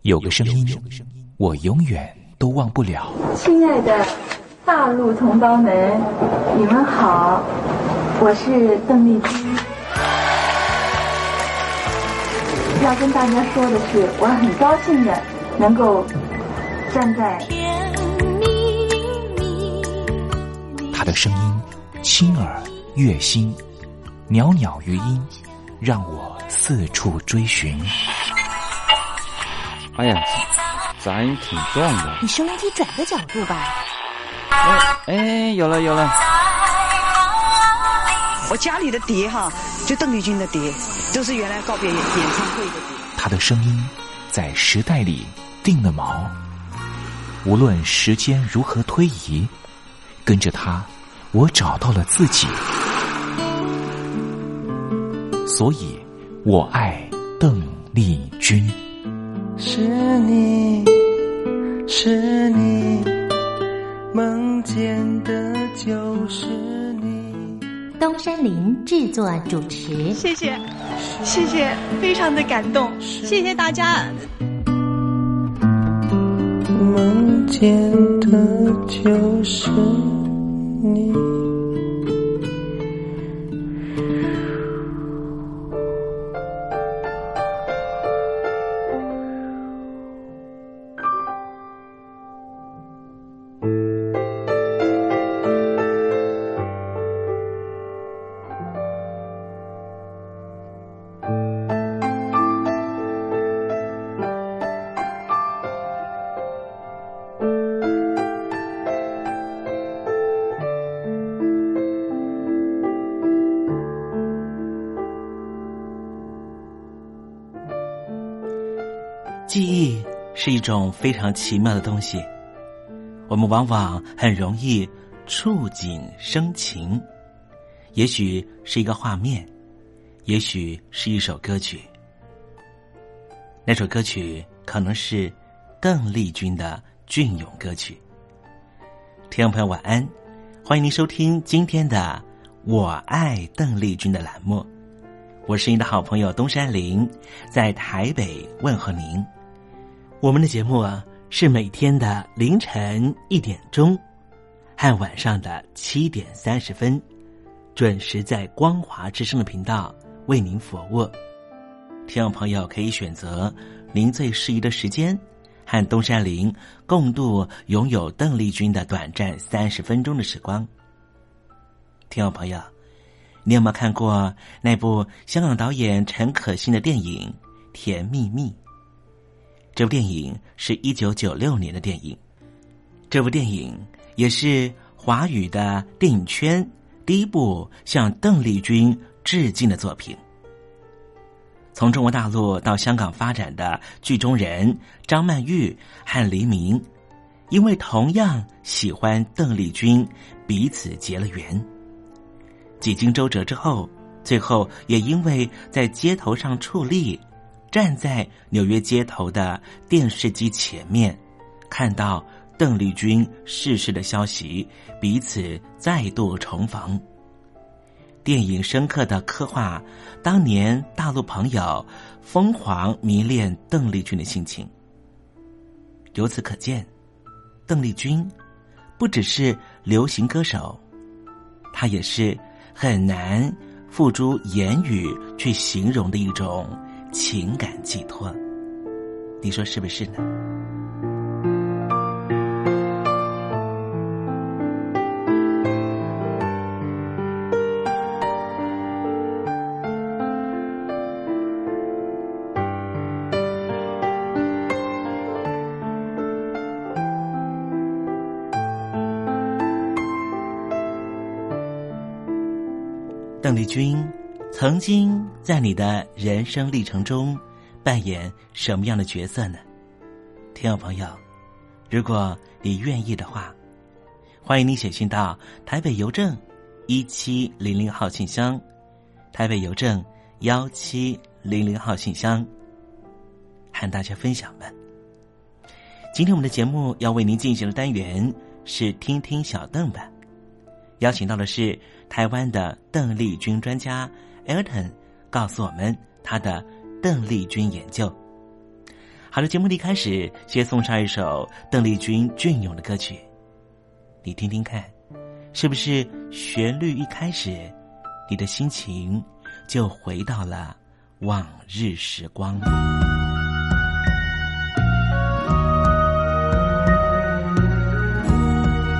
有个声音，我永远都忘不了。 亲爱的大陆同胞们，你们好，我是邓丽君。要跟大家说的是，我很高兴的能够站在他的声音轻耳悦心，袅袅余音，让我四处追寻。 哎呀，咱挺壮的。 你收音机转个角度吧。 哎，有了。 我家里的碟哈，就邓丽君的碟，都是原来告别演唱会的碟。 他的声音在时代里定了锚，无论时间如何推移，跟着他，我找到了自己。所以，我爱邓丽君。 是你，是你，梦见的就是你。 东山林制作主持。 谢谢，非常的感动，谢谢大家。 梦见的就是你。 记忆是一种非常奇妙的东西，我们往往很容易触景生情，也许是一个画面，也许是一首歌曲。那首歌曲可能是邓丽君的隽永歌曲。听众朋友晚安，欢迎您收听今天的我爱邓丽君的栏目，我是您的好朋友东山林，在台北问候您。我们的节目是每天的凌晨1点钟和晚上的7点30分，准时在光华之声的频道为您服务。听众朋友可以选择您最适宜的时间，和东山林共度拥有邓丽君的短暂30分钟的时光。听众朋友，你有没有看过那部香港导演陈可辛的电影《甜蜜蜜》？这部电影是1996年的电影，这部电影也是华语的电影圈第一部向邓丽君致敬的作品。从中国大陆到香港发展的剧中人张曼玉和黎明，因为同样喜欢邓丽君，彼此结了缘。几经周折之后，最后也因为在街头上矗立，站在纽约街头的电视机前面，看到邓丽君逝世的消息，彼此再度重逢。电影深刻地刻画当年大陆朋友疯狂迷恋邓丽君的心情。由此可见，邓丽君不只是流行歌手，她也是很难付诸言语去形容的一种情感寄托，你说是不是呢？邓丽君曾经在你的人生历程中扮演什么样的角色呢？听众朋友，如果你愿意的话，欢迎你写信到台北邮政1700号信箱，台北邮政1700号信箱，和大家分享吧。今天我们的节目要为您进行的单元是听听小邓吧，邀请到的是台湾的邓丽君专家 Elton， 告诉我们他的邓丽君研究。 好的，节目的一开始，先送上一首邓丽君隽永的歌曲，你听听看，是不是旋律一开始，你的心情就回到了往日时光。